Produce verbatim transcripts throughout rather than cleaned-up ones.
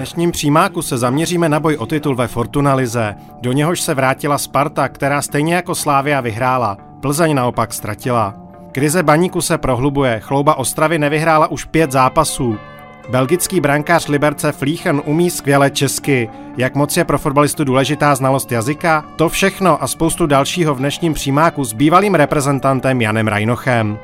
dnešním přímáku se zaměříme na boj o titul ve Fortuna lize. Do něhož se vrátila Sparta, která stejně jako Slavia vyhrála. Plzeň naopak ztratila. Krize Baníku se prohlubuje, Chlouba Ostravy nevyhrála už pět zápasů. Belgický brankář Liberce Flíchen umí skvěle česky. Jak moc je pro fotbalistu důležitá znalost jazyka? To všechno a spoustu dalšího v dnešním přímáku s bývalým reprezentantem Janem Rajnochem.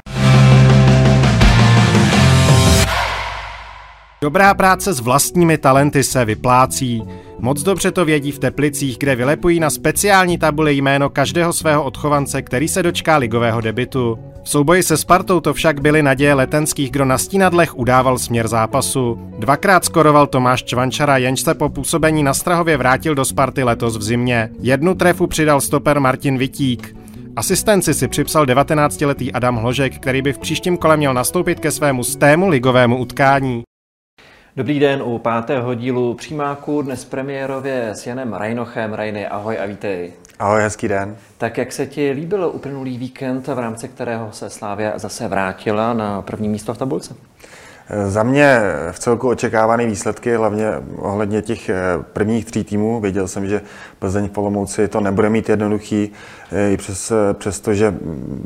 Dobrá práce s vlastními talenty se vyplácí. Moc dobře to vědí v Teplicích, kde vylepují na speciální tabuli jméno každého svého odchovance, který se dočká ligového debutu. V souboji se Spartou to však byly naděje Letenských, kdo na stínadlech udával směr zápasu. Dvakrát skoroval Tomáš Čvančara, jenž se po působení na Strahově vrátil do Sparty letos v zimě. Jednu trefu přidal stoper Martin Vitík. Asistenci si připsal devatenáctiletý Adam Hložek, který by v příštím kole měl nastoupit ke svému stému ligovému utkání. Dobrý den u pátého dílu Přímáku, dnes premiérově s Janem Rajnochem. Rajny, ahoj a vítej. Ahoj, hezký den. Tak jak se ti líbil uplynulý víkend, v rámci kterého se Slavia zase vrátila na první místo v tabulce? Za mě v celku očekávané výsledky, hlavně ohledně těch prvních tří týmů. Věděl jsem, že Plzeň v Olomouci to nebude mít jednoduchý, i přes, přesto, že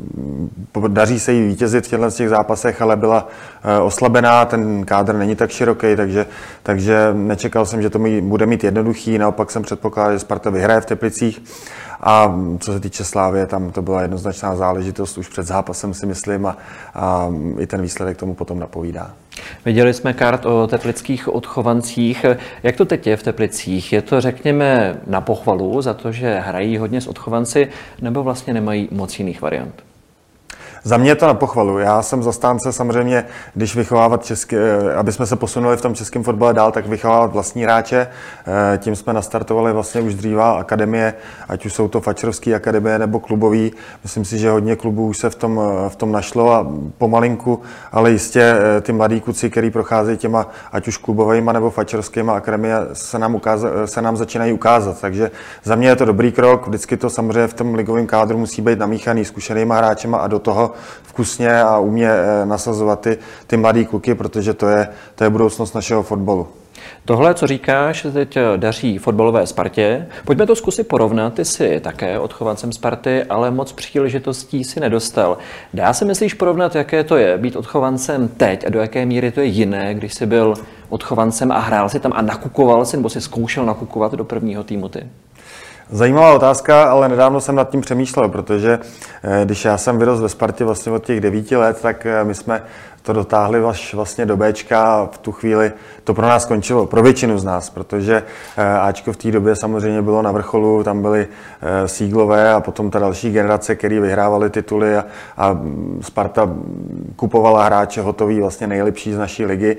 daří se jí vítězit v těchto těch zápasech, ale byla oslabená, ten kádr není tak široký, takže, takže nečekal jsem, že to bude mít jednoduchý. Naopak jsem předpokládal, že Sparta vyhraje v Teplicích. A co se týče Slávie, tam to byla jednoznačná záležitost už před zápasem, si myslím, a, a i ten výsledek tomu potom napovídá. Viděli jsme kart o teplických odchovancích. Jak to teď je v Teplicích? Je to, řekněme, na pochvalu za to, že hrají hodně s odchovanci, nebo vlastně nemají moc jiných variant? Za mě je to na pochvalu. Já jsem zastánce samozřejmě, když vychovávat české, aby jsme se posunuli v tom českém fotbale dál, tak vychovávat vlastní hráče. Tím jsme nastartovali vlastně už dříva akademie, ať už jsou to fačerovské akademie nebo klubový. Myslím si, že hodně klubů už se v tom, v tom našlo a pomalinku, ale jistě ty mladí kluci, který procházejí těma ať už klubovými nebo fačerovskými akademie, se nám, ukázat, se nám začínají ukázat. Takže za mě je to dobrý krok. Vždycky to samozřejmě v tom ligovém kádru musí být namíchaný zkušenýma hráčema a do toho vkusně a umě nasazovat ty, ty mladý kluky, protože to je, to je budoucnost našeho fotbalu. Tohle, co říkáš, se teď daří fotbalové Spartě. Pojďme to zkusit porovnat. Ty jsi také odchovancem Sparty, ale moc příležitostí si nedostal. Dá se, myslíš, porovnat, jaké to je být odchovancem teď a do jaké míry to je jiné, když jsi byl odchovancem a hrál si tam a nakukoval si, nebo si zkoušel nakukovat do prvního týmu ty? Zajímavá otázka, ale nedávno jsem nad tím přemýšlel, protože když já jsem vyrostl ve Spartě vlastně od těch devíti let, tak my jsme to dotáhli až vlastně do Béčka a v tu chvíli to pro nás skončilo, pro většinu z nás, protože Ačko v té době samozřejmě bylo na vrcholu, tam byly Síglové a potom ta další generace, který vyhrávali tituly a, a Sparta kupovala hráče hotový, vlastně nejlepší z naší ligy,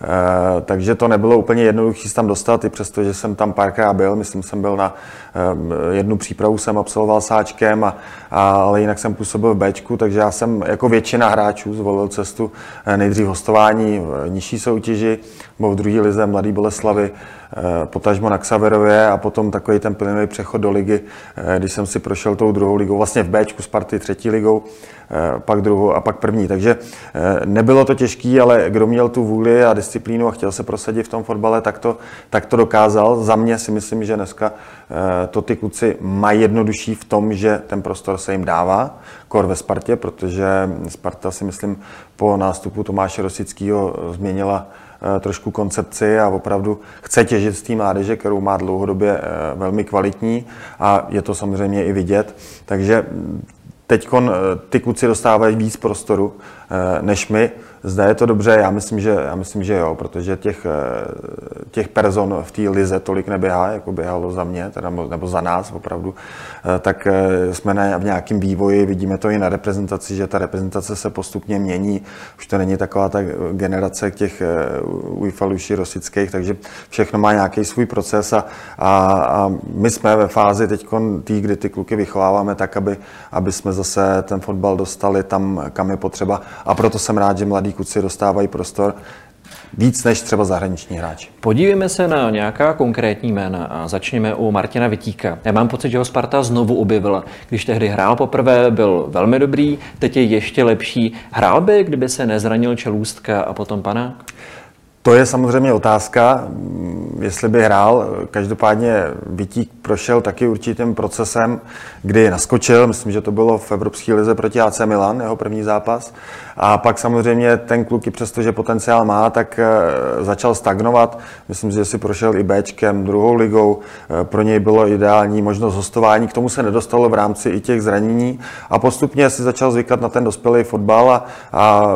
takže to nebylo úplně jednoduché se tam dostat, i přesto, že jsem tam párkrát byl, myslím, jsem byl na jednu přípravu, jsem absolvoval s Ačkem, a, a, ale jinak jsem působil v Béčku, takže já jsem jako většina hráčů zvolil cestu nejdřív hostování v nižší soutěži, nebo v druhé lize Mladý Boleslavy, potažmo na Xaverově a potom takový ten plynulý přechod do ligy, když jsem si prošel tou druhou ligou, vlastně v Béčku Sparty třetí ligou, pak druhou a pak první. Takže nebylo to těžké, ale kdo měl tu vůli a disciplínu a chtěl se prosadit v tom fotbale, tak to, tak to dokázal. Za mě si myslím, že dneska to ty kluci mají jednodušší v tom, že ten prostor se jim dává, kor ve Spartě, protože Sparta si myslím po nástupu Tomáše Rosického změnila trošku koncepci a opravdu chce těžit z té mládeže, kterou má dlouhodobě velmi kvalitní a je to samozřejmě i vidět. Takže teď ty kluci dostávají víc prostoru než my. Zde je to dobře, já myslím, že, já myslím, že jo, protože těch, těch person v té lize tolik neběhá, jako běhalo za mě, teda, nebo za nás opravdu, tak jsme na, v nějakém vývoji, vidíme to i na reprezentaci, že ta reprezentace se postupně mění, už to není taková ta generace těch UEFA Luši Rosických, takže všechno má nějaký svůj proces a, a, a my jsme ve fázi teď, tý, kdy ty kluky vychováváme tak, aby, aby jsme zase ten fotbal dostali tam, kam je potřeba, a proto jsem rád, že mladí kluci dostávají prostor víc než třeba zahraniční hráči. Podívejme se na nějaká konkrétní jména a začněme u Martina Vitíka. Já mám pocit, že ho Sparta znovu objevila. Když tehdy hrál poprvé, byl velmi dobrý, teď je ještě lepší. Hrál by, kdyby se nezranil Čelůstka a potom Panák? To je samozřejmě otázka. jestli by hrál. Každopádně Vítík prošel taky určitým procesem, kdy naskočil, myslím, že to bylo v Evropské lize proti A C Milan, jeho první zápas. A pak samozřejmě ten kluk, i přesto, že potenciál má, tak začal stagnovat. Myslím, že si prošel i Bčkem, druhou ligou. Pro něj bylo ideální možnost hostování. K tomu se nedostalo v rámci i těch zranění. A postupně si začal zvykat na ten dospělý fotbal a, a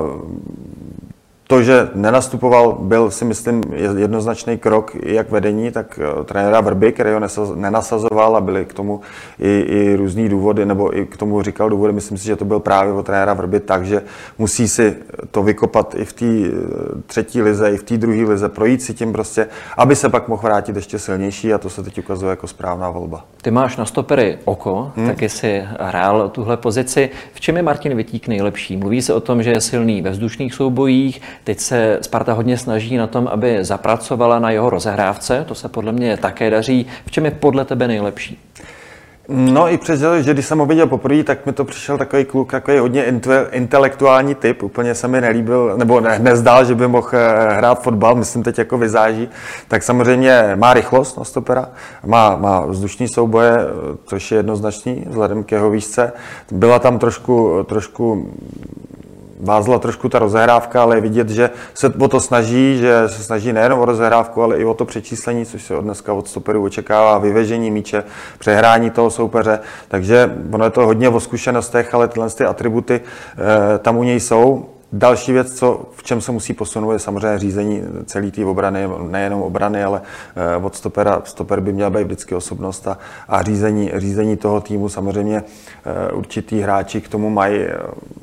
to, že nenastupoval, byl si myslím jednoznačný krok jak vedení, tak trenéra Vrby, který ho nenasazoval a byly k tomu i, i různý důvody, nebo i k tomu říkal důvody. Myslím si, že to byl právě od trenéra Vrby, takže musí si to vykopat i v té třetí lize, i v té druhé lize, projít si tím prostě, aby se pak mohl vrátit ještě silnější a to se teď ukazuje jako správná volba. Ty máš na stopery oko, hmm. taky si hrál tuhle pozici. V čem je Martin Vítík nejlepší? Mluví se o tom, že je silný ve vzdušných soubojích. Teď se Sparta hodně snaží na tom, aby zapracovala na jeho rozehrávce. To se podle mě také daří. V čem je podle tebe nejlepší? No i přes, že když jsem ho viděl poprvé, tak mi to přišel takový kluk, takový hodně intelektuální typ. Úplně se mi nelíbil, nebo ne, nezdál, že by mohl hrát fotbal, myslím teď jako vyzáží. Tak samozřejmě má rychlost na stopera, má, má vzdušní souboje, což je jednoznačný vzhledem k jeho výšce. Byla tam trošku, trošku vázla trošku ta rozehrávka, ale je vidět, že se o to snaží, že se snaží nejen o rozehrávku, ale i o to přečíslení, což se od dneska od stoperů očekává, vyvežení míče, přehrání toho soupeře. Takže ono je to hodně o zkušenostech, ale tyhle ty atributy e, tam u něj jsou. Další věc, co, v čem se musí posunout, je samozřejmě řízení celé té obrany, nejenom obrany, ale e, od stopera. Stoper by měl být vždycky osobnost a, a řízení, řízení toho týmu. Samozřejmě e, určitý hráči k tomu mají e,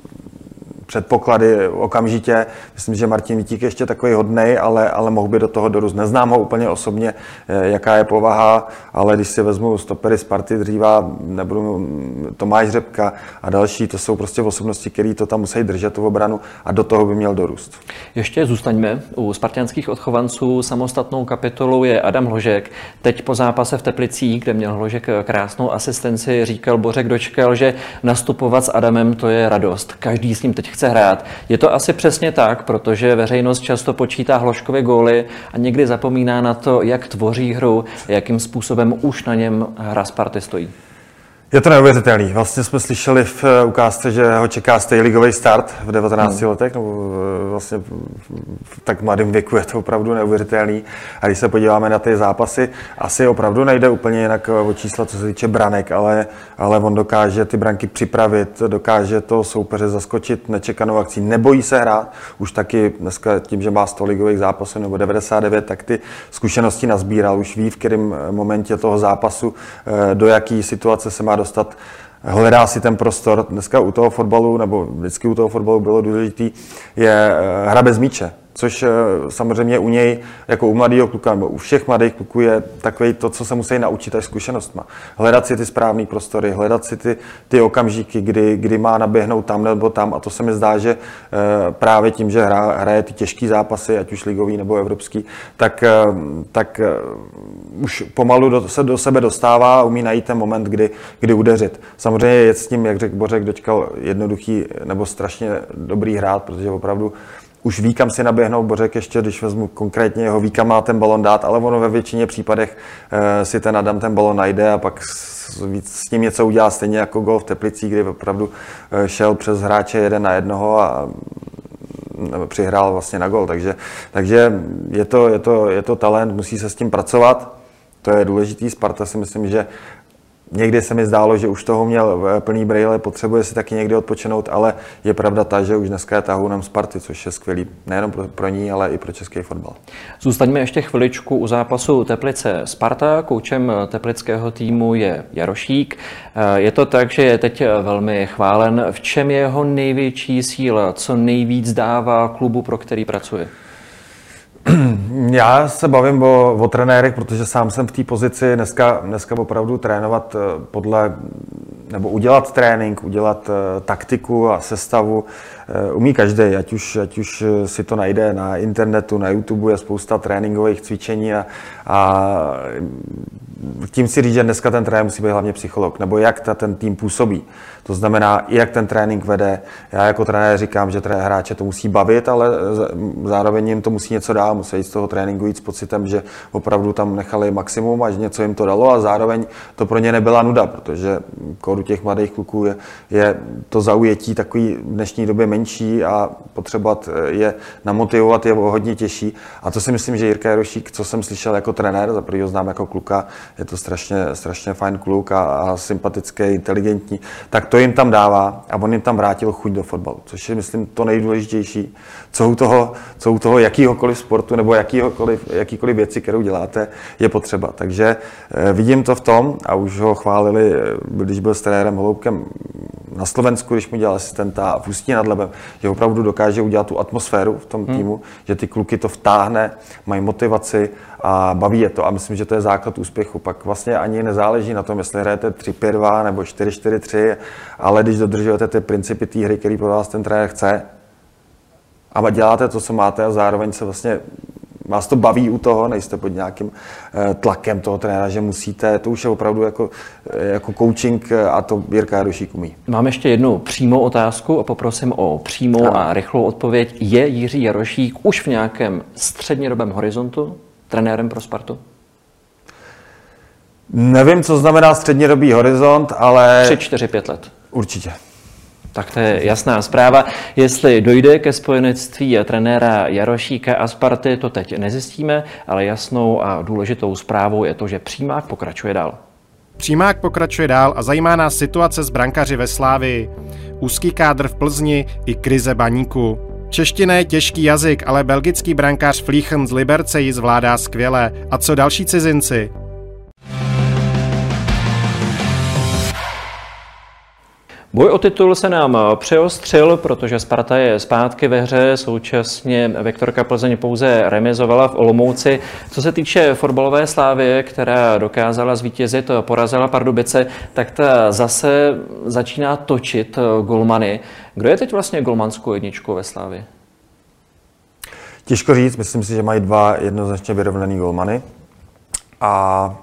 předpoklady okamžitě. Myslím, že Martin Vítík je ještě takový hodnej, ale, ale mohl by do toho dorůst. Neznám ho úplně osobně, jaká je povaha, ale když si vezmu stopery Sparty dříva, nebudu Tomáš Řepka a další, to jsou prostě osobnosti, které to tam musí držet, tu obranu a do toho by měl dorůst. Ještě zůstaňme u spartianských odchovanců. Samostatnou kapitolou je Adam Hložek. Teď po zápase v Teplicích, kde měl Hložek krásnou asistenci, říkal Bořek Dočkal, že nastupovat s Adamem to je radost. Každý s ním teď chce hrát. Je to asi přesně tak, protože veřejnost často počítá Hložkovy góly a někdy zapomíná na to, jak tvoří hru, jakým způsobem už na něm hra Sparty stojí. Je to neuvěřitelný. Vlastně jsme slyšeli v ukázce, že ho čeká stejligový start v devatenácti hmm. letech, nebo vlastně v tak mladém věku je to opravdu neuvěřitelný. A když se podíváme na ty zápasy, asi opravdu nejde úplně jinak o čísla, co se týče branek, ale, ale on dokáže ty branky připravit, dokáže to soupeře zaskočit nečekanou akcí, nebojí se hrát. Už taky dneska tím, že má sto ligových zápasů nebo devadesát devět, tak ty zkušenosti nazbíral. Už ví, v kterém momentě toho zápasu, do jaký situace se má dostat, hledá si ten prostor. Dneska u toho fotbalu, nebo vždycky u toho fotbalu bylo důležitý, je hra bez míče. Což samozřejmě u něj, jako u mladého kluka, nebo u všech mladých kluků je takové to, co se musí naučit až zkušenostma. Hledat si ty správné prostory, hledat si ty, ty okamžiky, kdy, kdy má naběhnout tam nebo tam. A to se mi zdá, že právě tím, že hra, hraje ty těžké zápasy, ať už ligový nebo evropský, tak, tak už pomalu do, se do sebe dostává a umí najít ten moment, kdy, kdy udeřit. Samozřejmě je s tím, jak řekl Bořek Dočkal, jednoduchý nebo strašně dobrý hrát, protože opravdu už ví, kam si naběhnout. Bořek ještě, když vezmu konkrétně jeho ví, kam má ten balon dát, ale ono ve většině případech e, si ten Adam ten balon najde a pak s, víc, s tím něco udělá, stejně jako gol v Teplicích, kdy opravdu e, šel přes hráče jeden na jednoho a nebo přihrál vlastně na gol. Takže, takže je, to, je, to, je to talent, musí se s tím pracovat. To je důležitý. Sparta si myslím, že někdy se mi zdálo, že už toho měl plný brejle, potřebuje si taky někdy odpočinout, ale je pravda ta, že už dneska je tahounem Sparty, což je skvělý nejenom pro, pro ní, ale i pro český fotbal. Zůstaňme ještě chviličku u zápasu Teplice Sparta. Koučem teplického týmu je Jarošík. Je to tak, že je teď velmi chválen. V čem je jeho největší síla? Co nejvíc dává klubu, pro který pracuje? Já se bavím o, o trenérech, protože sám jsem v té pozici dneska, dneska opravdu trénovat podle, nebo udělat trénink, udělat taktiku a sestavu umí každý, ať už, ať už si to najde na internetu, na YouTube, je spousta tréninkových cvičení a, a tím si říct, že dneska ten trenér musí být hlavně psycholog, nebo jak ta, ten tým působí. To znamená, jak ten trénink vede. Já jako trenér říkám, že trenér hráče to musí bavit, ale zároveň jim to musí něco dát, musí jít z toho tréninku jít s pocitem, že opravdu tam nechali maximum a že něco jim to dalo a zároveň to pro ně nebyla nuda, protože kódu těch mladých kluků je, je to zaujetí takový v dnešní době menší a potřebovat je namotivovat je hodně těžší. A to si myslím, že Jirka Jarošík, co jsem slyšel jako trenér, za prvního znám jako kluka, je to strašně, strašně fajn kluk a, a sympatický, inteligentní, tak to jim tam dává a on jim tam vrátil chuť do fotbalu, což je, myslím, to nejdůležitější, co u toho, co u toho jakýhokoliv sportu nebo jakýhokoliv, jakýkoliv věci, kterou děláte, je potřeba. Takže eh, vidím to v tom a už ho chválili, když byl s trenérem Holoubkem na Slovensku, když mu dělal asistenta v Ústí nad Labem, že opravdu dokáže udělat tu atmosféru v tom týmu, hmm. že ty kluky to vtáhne, mají motivaci a baví je to. A myslím, že to je základ úspěchu. Pak vlastně ani nezáleží na tom, jestli hrajete tři pět dva nebo čtyři čtyři tři, ale když dodržujete ty principy té hry, který po vás ten trenér chce, a děláte to, co máte a zároveň se vlastně vás to baví u toho, nejste pod nějakým tlakem toho trenéra, že musíte, to už je opravdu jako, jako coaching a to Jirka Jarošík umí. Mám ještě jednu přímou otázku a poprosím o přímou ano. a rychlou odpověď. Je Jiří Jarošík už v nějakém střednědobém horizontu trenérem pro Spartu? Nevím, co znamená střednědobý horizont, ale... tři, čtyři, pět let. Určitě. Tak to je jasná zpráva. Jestli dojde ke spojenectví trenéra Jarošíka a Sparty, to teď nezjistíme, ale jasnou a důležitou zprávou je to, že Přímák pokračuje dál. Přímák pokračuje dál a zajímá nás situace s brankaři ve Slávii. Úzký kádr v Plzni i krize Baníku. Čeština je těžký jazyk, ale belgický brankář Vliegen z Liberce ji zvládá skvěle. A co další cizinci? Boj o titul se nám přeostřil, protože Sparta je zpátky ve hře, současně Viktorka Plzeň pouze remizovala v Olomouci. Co se týče fotbalové Slávie, která dokázala zvítězit, porazila Pardubice, tak ta zase začíná točit golmany. Kdo je teď vlastně golmanskou jedničkou ve Slávii? Těžko říct, myslím si, že mají dva jednoznačně vyrovnaný golmany a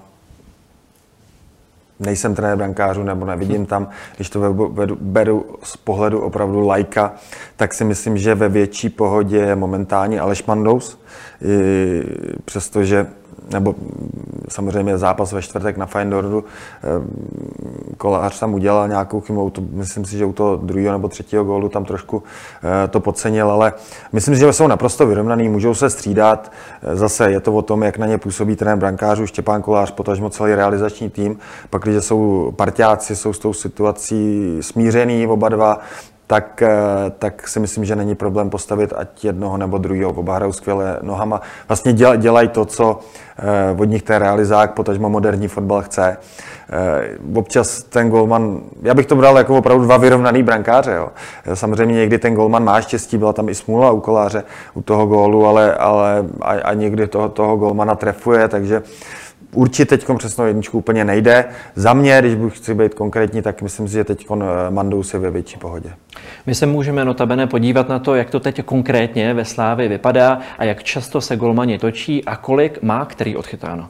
nejsem trenér brankářů nebo nevidím tam, když to beru, beru z pohledu opravdu laika, tak si myslím, že ve větší pohodě je momentálně Aleš Mandous, přestože, nebo samozřejmě zápas ve čtvrtek na Feyenoordu, Kolář tam udělal nějakou chybu, to, myslím si, že u toho druhého nebo třetího gólu tam trošku to podcenil, ale myslím si, že jsou naprosto vyrovnaný, můžou se střídat, zase je to o tom, jak na ně působí trenér brankářů, Štěpán Kolář, potažmo celý realizační tým, pak když jsou parťáci, jsou s tou situací smířený oba dva, Tak, tak si myslím, že není problém postavit ať jednoho nebo druhého. Oba hrajou skvěle nohama. Vlastně děl, dělají to, co od nich ten realizák, potažmo moderní fotbal chce. Občas ten golman, já bych to bral jako opravdu dva vyrovnaný brankáře. Jo. Samozřejmě někdy ten golman má štěstí, byla tam i smůla u Koláře, u toho gólu, ale, ale a, a někdy toho, toho golmana trefuje, takže určitě teď přesnou jedničku úplně nejde. Za mě, když bych chci být konkrétní, tak myslím si, že teď Mandous je ve větší pohodě. My se můžeme notabene podívat na to, jak to teď konkrétně ve Slávii vypadá a jak často se golmani točí a kolik má který odchytáno.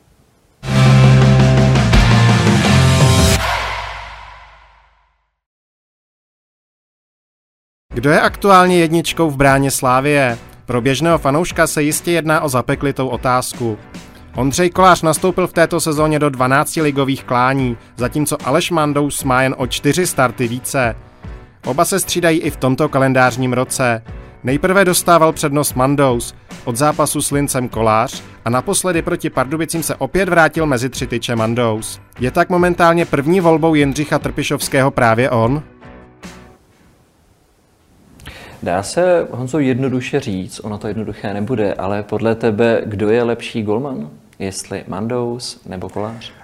Kdo je aktuálně jedničkou v bráně Slávie? Pro běžného fanouška se jistě jedná o zapeklitou otázku. Ondřej Kolář nastoupil v této sezóně do dvanácti ligových klání, zatímco Aleš Mandous má jen o čtyři starty více. Oba se střídají i v tomto kalendářním roce. Nejprve dostával přednost Mandous, od zápasu s Lincem Kolář a naposledy proti Pardubicím se opět vrátil mezi tři tyče Mandous. Je tak momentálně první volbou Jindřicha Trpišovského právě on? Dá se, Honzo, jednoduše říct, ono to jednoduché nebude, ale podle tebe, kdo je lepší golman? Jestli Mandous nebo Kolář?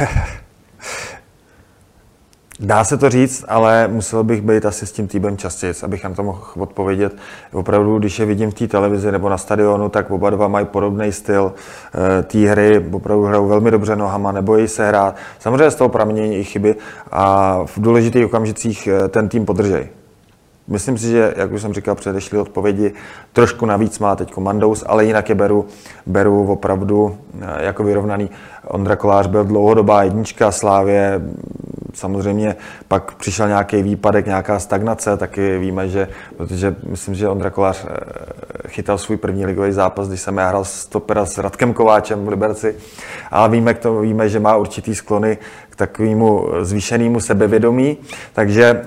Dá se to říct, ale musel bych být asi s tím týmem častěji, abych na to mohl odpovědět. Opravdu, když je vidím v té televizi nebo na stadionu, tak oba dva mají podobný styl e, té hry, opravdu hrajou velmi dobře nohama, nebojí se hrát. Samozřejmě z toho pramění i chyby a v důležitých okamžicích ten tým podržej. Myslím si, že, jak už jsem říkal předešlé odpovědi, trošku navíc má teď Mandous, ale jinak je beru, beru opravdu jako vyrovnaný. Ondra Kolář byl dlouhodobá jednička Slávě, samozřejmě pak přišel nějaký výpadek, nějaká stagnace, taky víme, že, protože myslím, že Ondra Kolář chytal svůj první ligový zápas, když jsem já hrál stopera s Radkem Kováčem v Liberci, ale víme, k tomu, víme, že má určitý sklony k takovému zvýšenému sebevědomí, takže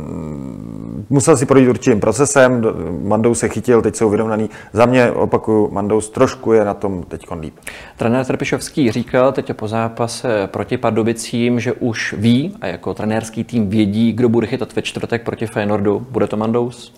musel si projít určitým procesem, Mandous se chytil, teď jsou vyrovnaný. Za mě, opakuju, Mandous trošku je na tom teď líp. Trenér Trpišovský říkal teď po zápase proti Pardubicím, že už ví a jako trenérský tým vědí, kdo bude chytat ve čtvrtek proti Feyenoordu. Bude to Mandous?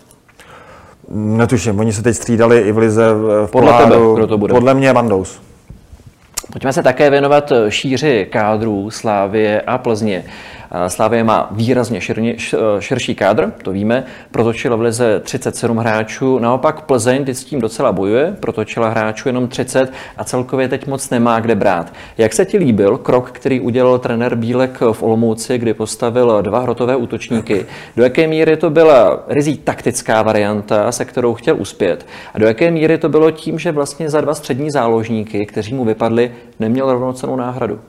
Netuším, oni se teď střídali i v lize v Podle poháru. tebe, kdo to bude? Podle mě Mandous. Pojďme se také věnovat šíři kádrů Slávie a Plzně. Slávie má výrazně širně, širší kádr, to víme, protočila v lize třicet sedm hráčů, naopak Plzeň teď s tím docela bojuje, protočila hráčů jenom třicet a celkově teď moc nemá kde brát. Jak se ti líbil krok, který udělal trenér Bílek v Olomouci, kdy postavil dva hrotové útočníky? Do jaké míry to byla rizí taktická varianta, se kterou chtěl uspět? A do jaké míry to bylo tím, že vlastně za dva střední záložníky, kteří mu vypadli, neměl rovnocennou náhradu?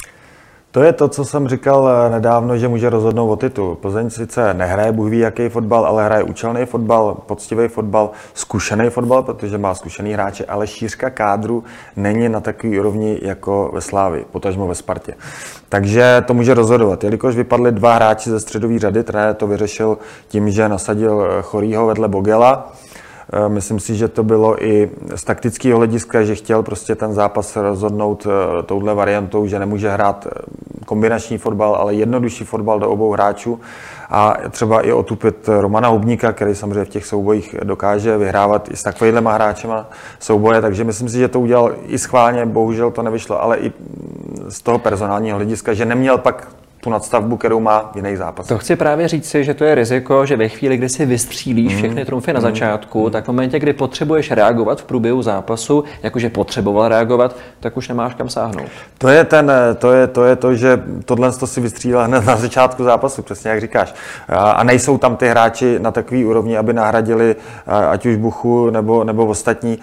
To je to, co jsem říkal nedávno, že může rozhodnout o titul. Plzeň sice nehraje bůh ví jaký fotbal, ale hraje účelný fotbal, poctivý fotbal, zkušený fotbal, protože má zkušený hráče, ale šířka kádru není na takové úrovni jako ve Slávii, potažmo ve Spartě. Takže to může rozhodovat. Jelikož vypadli dva hráči ze středové řady, trenér to vyřešil tím, že nasadil Chorýho vedle Bogela. Myslím si, že to bylo i z taktického hlediska, že chtěl prostě ten zápas rozhodnout touhle variantou, že nemůže hrát kombinační fotbal, ale jednodušší fotbal do obou hráčů a třeba i otupit Romana Hubníka, který samozřejmě v těch soubojích dokáže vyhrávat i s takovýhlema hráčema souboje, takže myslím si, že to udělal i schválně, bohužel to nevyšlo, ale i z toho personálního hlediska, že neměl pak tu nadstavbu, kterou má v jiných zápasech. To chci právě říct si, že to je riziko, že ve chvíli, kdy si vystřílíš mm. všechny trumfy na začátku, mm. tak v momentě, kdy potřebuješ reagovat v průběhu zápasu, jakože potřeboval reagovat, tak už nemáš kam sáhnout. To je, ten, to, je, to, je to, že tohle to si vystřílel hned na začátku zápasu, přesně jak říkáš. A nejsou tam ty hráči na takový úrovni, aby nahradili ať už Buchu nebo, nebo ostatní.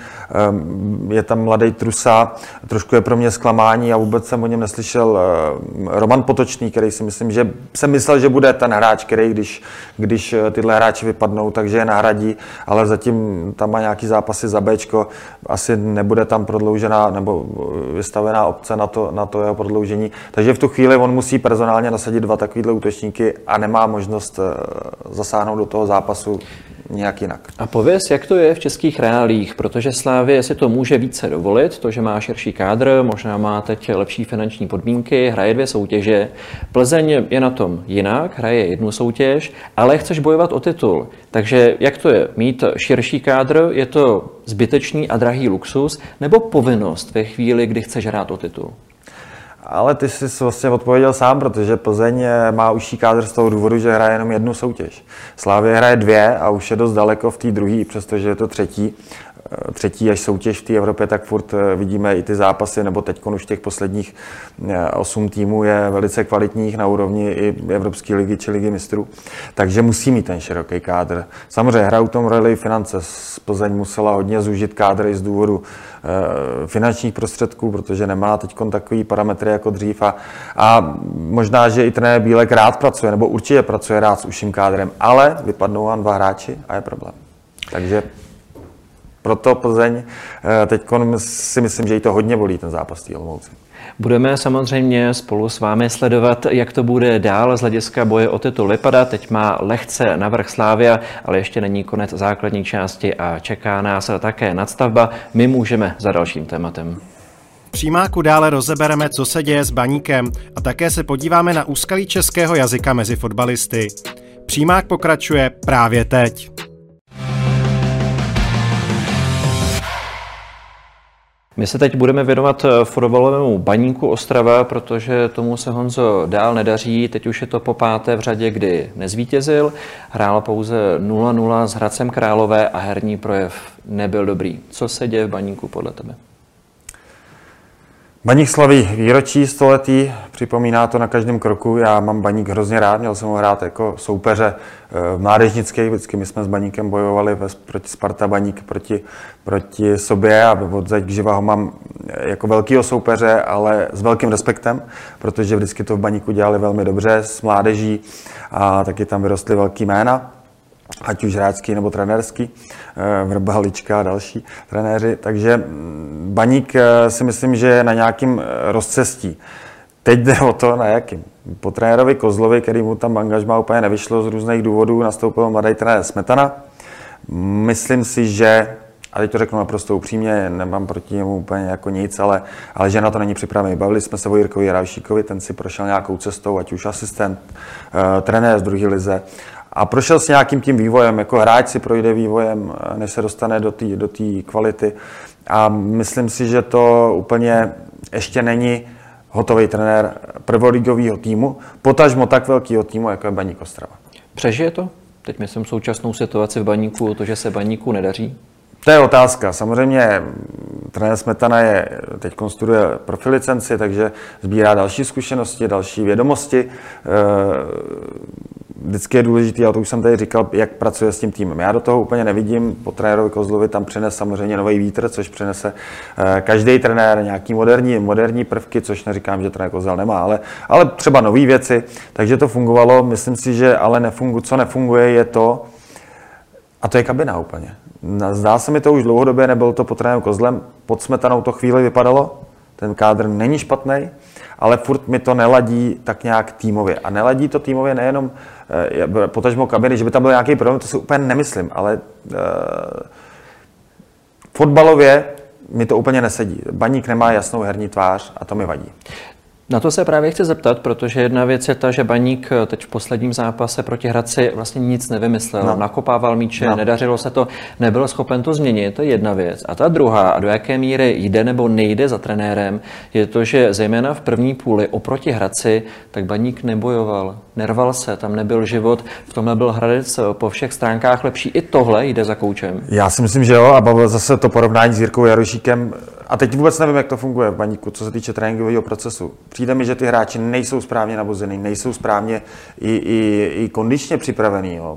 Je tam mladý Trusa, trošku je pro mě zklamání a vůbec jsem o něm neslyšel. Roman Potočný, který si myslím, že jsem myslel, že bude ten hráč, který když, když tyhle hráči vypadnou, takže je nahradí, ale zatím tam má nějaký zápasy za Bčko, asi nebude tam prodloužená nebo vystavená opce na to, na to jeho prodloužení. Takže v tu chvíli on musí personálně nasadit dva takovýhle útočníky a nemá možnost zasáhnout do toho zápasu nějak jinak. A pověz, jak to je v českých reálích, protože Slavie si to může více dovolit, to, že má širší kádr, možná má teď lepší finanční podmínky, hraje dvě soutěže. Plzeň je na tom jinak, hraje jednu soutěž, ale chceš bojovat o titul. Takže jak to je? Mít širší kádr, je to zbytečný a drahý luxus, nebo povinnost ve chvíli, kdy chceš hrát o titul? Ale ty jsi vlastně odpověděl sám, protože Plzeň má užší kádr z toho důvodu, že hraje jenom jednu soutěž. Slavie hraje dvě a už je dost daleko v té druhé, přestože je to třetí. Třetí až soutěž v té Evropě, tak furt vidíme i ty zápasy, nebo teď už těch posledních osm týmů je velice kvalitních na úrovni i Evropské ligy či ligy mistrů. Takže musí mít ten široký kádr. Samozřejmě hrajou tom roli finance. Plzeň musela hodně zúžit kádr i z důvodu finančních prostředků, protože nemá teď takový parametry jako dřív. A, a možná, že i trenér Bílek rád pracuje, nebo určitě pracuje rád s užším kádrem, ale vypadnou vám dva hráči a je problém. Takže proto Plzeň teď si myslím, že jí to hodně bolí, ten zápas tý Olomouci. Budeme samozřejmě spolu s vámi sledovat, jak to bude dál z hlediska boje o titul vypadat. Teď má lehce navrch Slavia, ale ještě není konec základní části a čeká nás také nadstavba. My můžeme za dalším tématem. V přímáku dále rozebereme, co se děje s Baníkem a také se podíváme na úskalí českého jazyka mezi fotbalisty. Přímák pokračuje právě teď. My se teď budeme věnovat fotbalovému Baníku Ostrava, protože tomu se, Honzo, dál nedaří. Teď už je to po páté v řadě, kdy nezvítězil. Hrál pouze nula nula s Hradcem Králové a herní projev nebyl dobrý. Co se děje v Baníku podle tebe? Baník slaví výročí století, připomíná to na každém kroku. Já mám Baník hrozně rád, měl jsem ho hrát jako soupeře v mládežnické. Vždycky my jsme s Baníkem bojovali proti Sparta Baník, proti, proti sobě a od zaď k živa ho mám jako velkýho soupeře, ale s velkým respektem, protože vždycky to v Baníku dělali velmi dobře s mládeží a taky tam vyrostly velký jména, ať už hráčský nebo trenérský, Vrba, Lička a další trenéři. Takže Baník si myslím, že je na nějakým rozcestí. Teď jde o to, na jakým. Po trenérovi Kozlovi, který mu tam angažmá úplně nevyšlo z různých důvodů, nastoupil mladý trenér Smetana. Myslím si, že, a teď to řeknu naprosto upřímně, nemám proti němu úplně jako nic, ale, ale že na to není připravený. Bavili jsme se o Jirkovi Ravšíkovi, ten si prošel nějakou cestou, ať už asistent, trenér z druhé lize. A prošel s nějakým tím vývojem, jako hráč si projde vývojem, než se dostane do té do té kvality. A myslím si, že to úplně ještě není hotový trenér prvoligového týmu, potažmo tak velkého týmu, jako je Baník Ostrava. Přežije to? Teď myslím současnou situaci v Baníku, to, že se Baníku nedaří? To je otázka. Samozřejmě trenér Smetana je, teď konstruuje profilicenci, takže sbírá další zkušenosti, další vědomosti. Vždycky je důležité, a to už jsem tady říkal, jak pracuje s tím týmem. Já do toho úplně nevidím. Po trenérovi Kozlovi tam přinese samozřejmě nový vítr, což přinese každý trenér, nějaký moderní, moderní prvky, což neříkám, že trenér Kozel nemá, ale, ale třeba nové věci. Takže to fungovalo. Myslím si, že ale nefungu, co nefunguje, je to, a to je kabina úplně. Zdá se mi to už dlouhodobě, nebylo to pod trenérem Kozlem, pod Smetanou to chvíli vypadalo, ten kádr není špatný, ale furt mi to neladí tak nějak týmově. A neladí to týmově nejenom eh, potažmo kabiny, že by tam byl nějaký problém, to si úplně nemyslím, ale eh, fotbalově mi to úplně nesedí. Baník nemá jasnou herní tvář a to mi vadí. Na to se právě chci zeptat, protože jedna věc je ta, že Baník teď v posledním zápase proti Hradci vlastně nic nevymyslel, no. nakopával míče, no. nedařilo se to, nebyl schopen to změnit, to je jedna věc. A ta druhá, a do jaké míry jde nebo nejde za trenérem, je to, že zejména v první půli oproti Hradci, tak Baník nebojoval, nerval se, tam nebyl život, v tomhle byl Hradec po všech stránkách lepší. I tohle jde za koučem. Já si myslím, že jo, a bavil zase to porovnání s Jirkou Jarošíkem. A teď vůbec nevím, jak to funguje v Baníku, co se týče tréninkového procesu. Přijde mi, že ty hráči nejsou správně nabuzený, nejsou správně i, i, i kondičně připravený. Jo.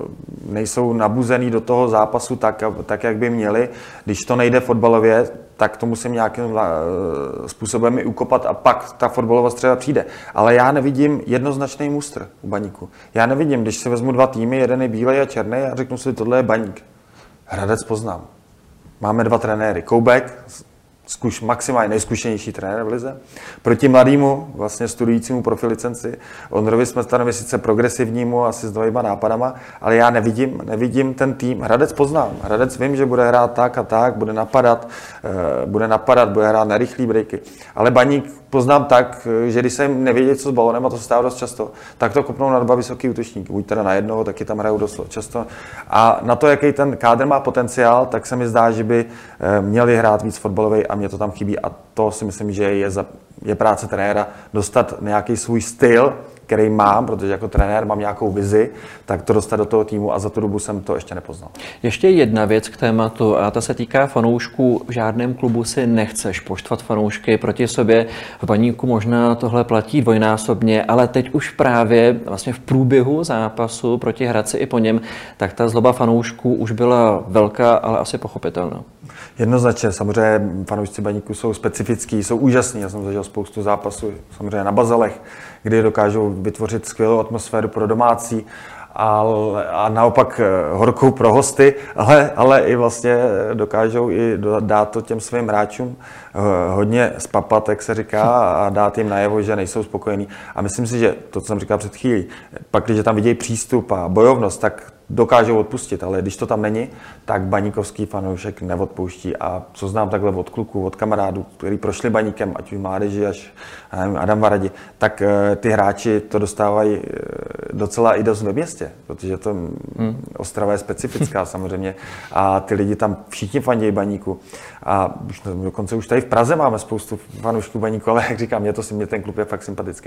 Nejsou nabuzený do toho zápasu tak, tak, jak by měli. Když to nejde fotbalově, tak to musím nějakým způsobem i ukopat a pak ta fotbalová střela přijde. Ale já nevidím jednoznačný mustr u Baníku. Já nevidím, když si vezmu dva týmy, jeden je bílej a černý a řeknu si, tohle je Baník. Hradec poznám. Máme dva trenéry. Koubek, zkuš, maximálně nejzkušenější trenér v lize. Proti mladému, vlastně studujícímu profilicenci, Ondrovi Smetanovi sice progresivnímu, asi s novýma nápadama, ale já nevidím, nevidím ten tým. Hradec poznám. Hradec vím, že bude hrát tak a tak, bude napadat, bude napadat, bude hrát na rychlý breaky. Ale Baník poznám tak, že když se jim nevědět, co s balonem, a to se stává dost často, tak to kopnou na dva vysoký útočníky. Buď teda na jednoho, taky tam hrajou dost často. A na to, jaký ten kádr má potenciál, tak se mi zdá, že by měli hrát víc fotbalový a mě to tam chybí. A to si myslím, že je, za, je práce trenéra dostat nějaký svůj styl, který mám, protože jako trenér mám nějakou vizi, tak to dostat do toho týmu a za tu dobu jsem to ještě nepoznal. Ještě jedna věc k tématu a ta se týká fanoušků. V žádném klubu si nechceš poštvat fanoušky proti sobě. V Baníku možná tohle platí dvojnásobně, ale teď už právě vlastně v průběhu zápasu proti Hradci i po něm, tak ta zloba fanoušků už byla velká, ale asi pochopitelná. Jednoznačně, samozřejmě fanoušci Baníku jsou specifický, jsou úžasní. Já jsem zažil spoustu zápasů, samozřejmě na bazalech, kdy dokážou vytvořit skvělou atmosféru pro domácí a, a naopak horkou pro hosty, ale, ale i vlastně dokážou i dát to těm svým hráčům hodně spapat, jak se říká, a dát jim najevo, že nejsou spokojení. A myslím si, že to, co jsem říkal před chvílí, pak, když tam vidějí přístup a bojovnost, tak dokážou odpustit, ale když to tam není, tak baníkovský fanoušek neodpouští. A co znám takhle od kluků, od kamarádů, kteří prošli Baníkem, ať už mládeži až nevím, Adam Varadi, tak ty hráči to dostávají docela i dost ve městě, protože to hmm. Ostrava je specifická samozřejmě a ty lidi tam všichni fandějí Baníku. A už, dokonce už tady v Praze máme spoustu fanoušků Baníku, ale jak říkám, mě, to, mě ten klub je fakt sympatický.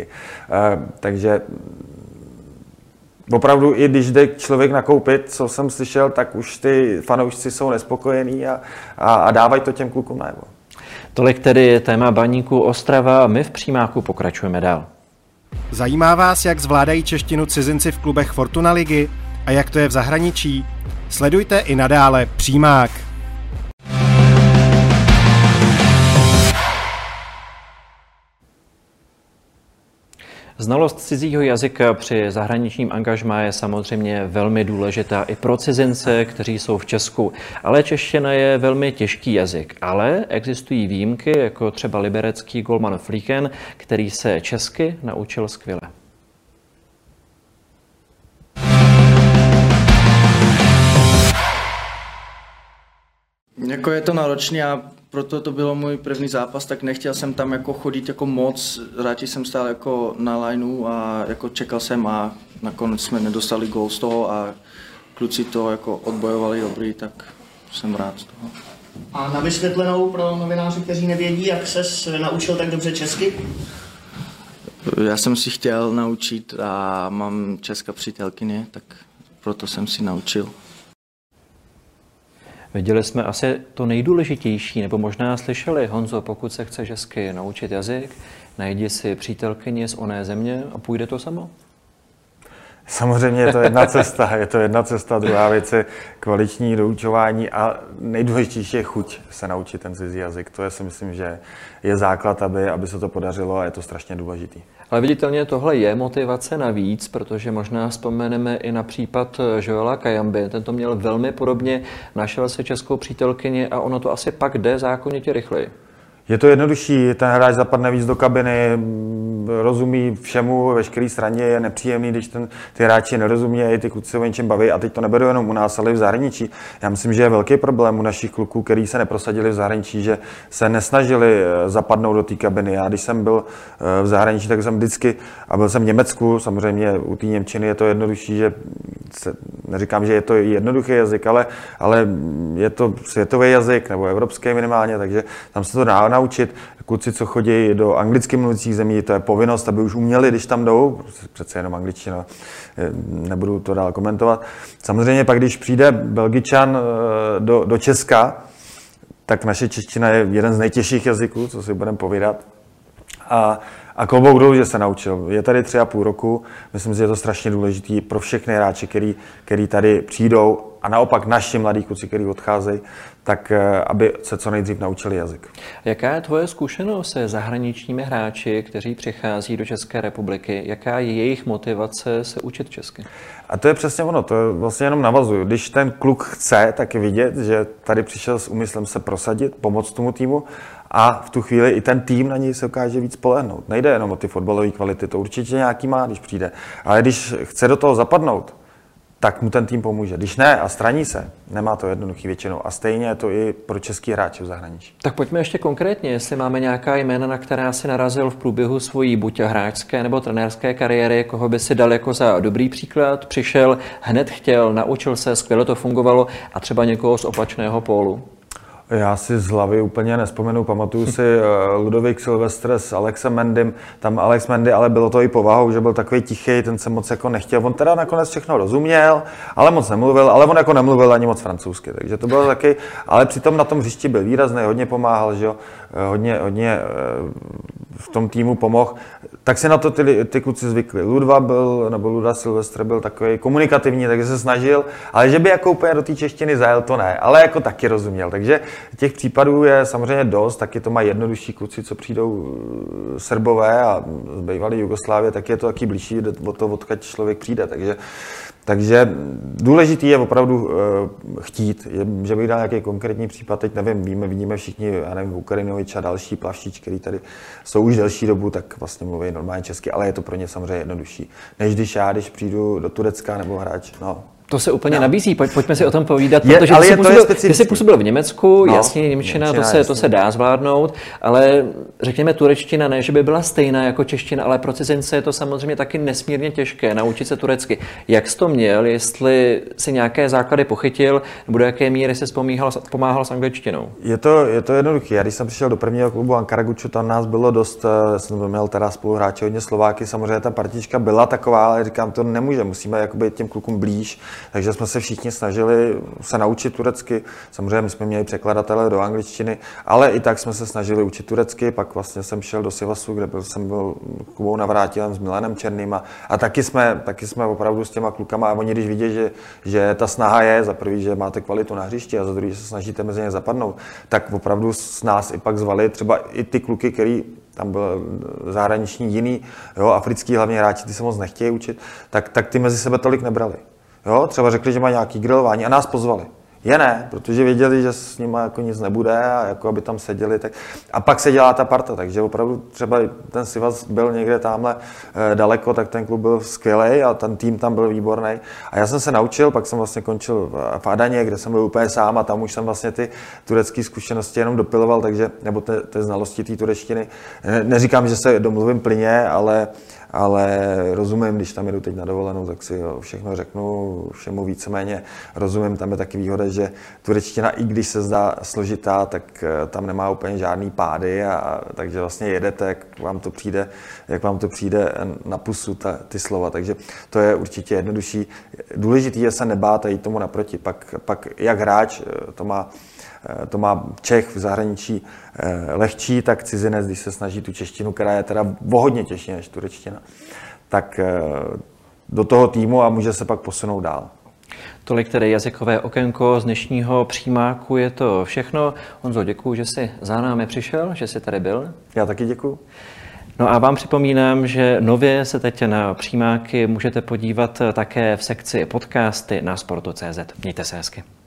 Takže opravdu, i když jde člověk nakoupit, co jsem slyšel, tak už ty fanoušci jsou nespokojení a, a, a dávají to těm klukům najevo. Tolik tedy téma Baníku Ostrava a my v Přímáku pokračujeme dál. Zajímá vás, jak zvládají češtinu cizinci v klubech Fortuna ligy a jak to je v zahraničí? Sledujte i nadále Přímák. Znalost cizího jazyka při zahraničním angažmá je samozřejmě velmi důležitá i pro cizince, kteří jsou v Česku. Ale čeština je velmi těžký jazyk. Ale existují výjimky, jako třeba liberecký golman Flíken, který se česky naučil skvěle. Jako je to náročné a proto to bylo můj první zápas, tak nechtěl jsem tam jako chodit jako moc, radši jsem stál jako na lineu a jako čekal jsem a nakonec jsme nedostali gól z toho a kluci to jako odbojovali dobrý, tak jsem rád z toho. A na vysvětlenou pro novináře, kteří nevědí, jak ses naučil tak dobře česky? Já jsem si chtěl naučit a mám česká přítelkyně, tak proto jsem si naučil. Viděli jsme asi to nejdůležitější, nebo možná slyšeli, Honzo, pokud se chceš hezky naučit jazyk, najdi si přítelkyni z oné země a půjde to samo. Samozřejmě je to jedna cesta, je to jedna cesta, druhá věc je kvalitní doučování a nejdůležitější je chuť se naučit ten cizí jazyk. To je, si myslím, že je základ, aby, aby se to podařilo a je to strašně důležitý. Ale viditelně tohle je motivace navíc, protože možná vzpomeneme i na případ Joela Kajamby. Ten to měl velmi podobně, našel se českou přítelkyni a ono to asi pak jde zákonitě rychleji. Je to jednodušší, ten hráč zapadne víc do kabiny, rozumí všemu, veškeré straně, je nepříjemný, když ten, ty hráči nerozumějí, ty kluci se o něčem baví a teď to neberu jenom u nás, ale i v zahraničí. Já myslím, že je velký problém u našich kluků, kteří se neprosadili v zahraničí, že se nesnažili zapadnout do té kabiny. Já když jsem byl v zahraničí, tak jsem vždycky, a byl jsem v Německu, samozřejmě u té němčiny je to jednodušší, že se, neříkám, že je to jednoduchý jazyk, ale, ale je to světový jazyk, nebo evropský minimálně, takže tam se to dá naučit. Kluci, co chodí do anglicky mluvících zemí, to je povinnost, aby už uměli, když tam jdou, přece jenom angličtina, nebudu to dál komentovat. Samozřejmě pak, když přijde Belgičan do, do Česka, tak naše čeština je jeden z nejtěžších jazyků, co si budeme povídat. A, a klobouk dolů, že se naučil. Je tady tři a půl roku, myslím si, že je to strašně důležitý pro všechny hráče, který, který tady přijdou a naopak naši mladí kluci, kteří odcházejí, tak aby se co nejdřív naučili jazyk. Jaká je tvoje zkušenost se zahraničními hráči, kteří přichází do České republiky? Jaká je jejich motivace se učit česky? A to je přesně ono, to je vlastně jenom navazuju. Když ten kluk chce, tak je vidět, že tady přišel s úmyslem se prosadit, pomoct tomu týmu a v tu chvíli i ten tým na něj se ukáže víc spolehnout. Nejde jenom o ty fotbalové kvality, to určitě nějaký má, když přijde. Ale když chce do toho zapadnout, tak mu ten tým pomůže. Když ne a straní se, nemá to jednoduchý většinou. A stejně je to i pro český hráče v zahraničí. Tak pojďme ještě konkrétně, jestli máme nějaká jména, na která si narazil v průběhu svojí buď hráčské nebo trenérské kariéry, koho by si dal jako za dobrý příklad, přišel, hned chtěl, naučil se, skvěle to fungovalo a třeba někoho z opačného pólu. Já si z hlavy úplně nespomenu, pamatuju si Ludovík Silvestr s Alexem Mendym, tam Alex Mendy, ale bylo to i povahou, že byl takový tichý, ten se moc jako nechtěl, on teda nakonec všechno rozuměl, ale moc nemluvil, ale on jako nemluvil ani moc francouzsky, takže to bylo taky, ale přitom na tom hřišti byl výrazný, hodně pomáhal, že jo, hodně, hodně v tom týmu pomohl, tak si na to ty, ty kluci zvykli. Ludva byl, nebo Luda Silvestr byl takový komunikativní, takže se snažil, ale že by jako úplně do té češtiny zajel, to ne, ale jako taky rozuměl, takže těch případů je samozřejmě dost, taky to mají jednodušší kluci, co přijdou Srbové a z bývalé Jugoslávie, tak je to taky blížší o to, odkud člověk přijde, takže Takže důležitý je opravdu uh, chtít, je, že bych dal nějaký konkrétní případ, teď nevím, víme, vidíme všichni, já nevím, Vukarinovič a další Plavšič, který tady jsou už delší dobu, tak vlastně mluví normálně česky, ale je to pro ně samozřejmě jednodušší, než když já, když přijdu do Turecka nebo hráč, no. To se úplně no. nabízí, Pojď, pojďme si o tom povídat, je, protože ale ty, je, jsi působil, ty jsi působil v Německu, no, jasně, němčina, němčina to, se, to se dá zvládnout, ale řekněme turečtina ne, že by byla stejná jako čeština, ale pro cizince je to samozřejmě taky nesmírně těžké naučit se turecky. Jak jsi to měl, jestli si nějaké základy pochytil, nebo do jaké míry jsi pomáhal, pomáhal s angličtinou? Je to, je to jednoduché. Já když jsem přišel do prvního klubu Ankaraguču, tam nás bylo dost, jsem měl teda spoluhráče hodně Slováky, samozřejmě ta partička byla taková, ale říkám, to nemůže, musíme jakoby těm klukům blíž. takže jsme se všichni snažili se naučit turecky. Samozřejmě my jsme měli překladatele do angličtiny, ale i tak jsme se snažili učit turecky. Pak vlastně jsem šel do Sivasu, kde byl, jsem byl Kubou Navrátilem s Milanem Černým a, a taky, jsme, taky jsme opravdu s těma klukama, a oni když vidí, že, že ta snaha je, za prvý, že máte kvalitu na hřišti a za druhý, že se snažíte mezi ně zapadnout, tak opravdu s nás i pak zvali třeba i ty kluky, který tam byl zahraniční jiný, jo, africký hlavně hráči, ty se moc nechtějí učit, tak, tak ty mezi sebe tolik nebrali. Jo, třeba řekli, že mají nějaký grilování a nás pozvali. Je ne, protože věděli, že s nimi jako nic nebude a jako aby tam seděli. Tak... A pak se dělá ta parta, takže opravdu třeba ten Sivas byl někde tamhle e, daleko, tak ten klub byl skvělý a ten tým tam byl výborný. A já jsem se naučil, pak jsem vlastně končil v Adaně, kde jsem byl úplně sám a tam už jsem vlastně ty turecké zkušenosti jenom dopiloval, takže, nebo ty, ty znalosti té turečtiny. Ne, neříkám, že se domluvím plyně, ale ale rozumím, když tam jedu teď na dovolenou, tak si všechno řeknu, všemu víceméně rozumím. Tam je taky výhoda, že turečtina, i když se zdá složitá, tak tam nemá úplně žádný pády, a, takže vlastně jedete, jak vám to přijde, jak vám to přijde na pusu, ta, ty slova. Takže to je určitě jednodušší. Důležitý je se nebát a jít tomu naproti. Pak, pak jak hráč to má to má Čech v zahraničí lehčí, tak cizinec, když se snaží tu češtinu, která je teda o hodně těžší než turečtina, tak do toho týmu a může se pak posunout dál. Tolik tedy jazykové okénko z dnešního přijímáku, je to všechno. Honzo, děkuju, že jsi za námi přišel, že jsi tady byl. Já taky děkuju. No a vám připomínám, že nově se teď na přijímáky můžete podívat také v sekci podcasty na sportu tečka cé zet. Mějte se hezky.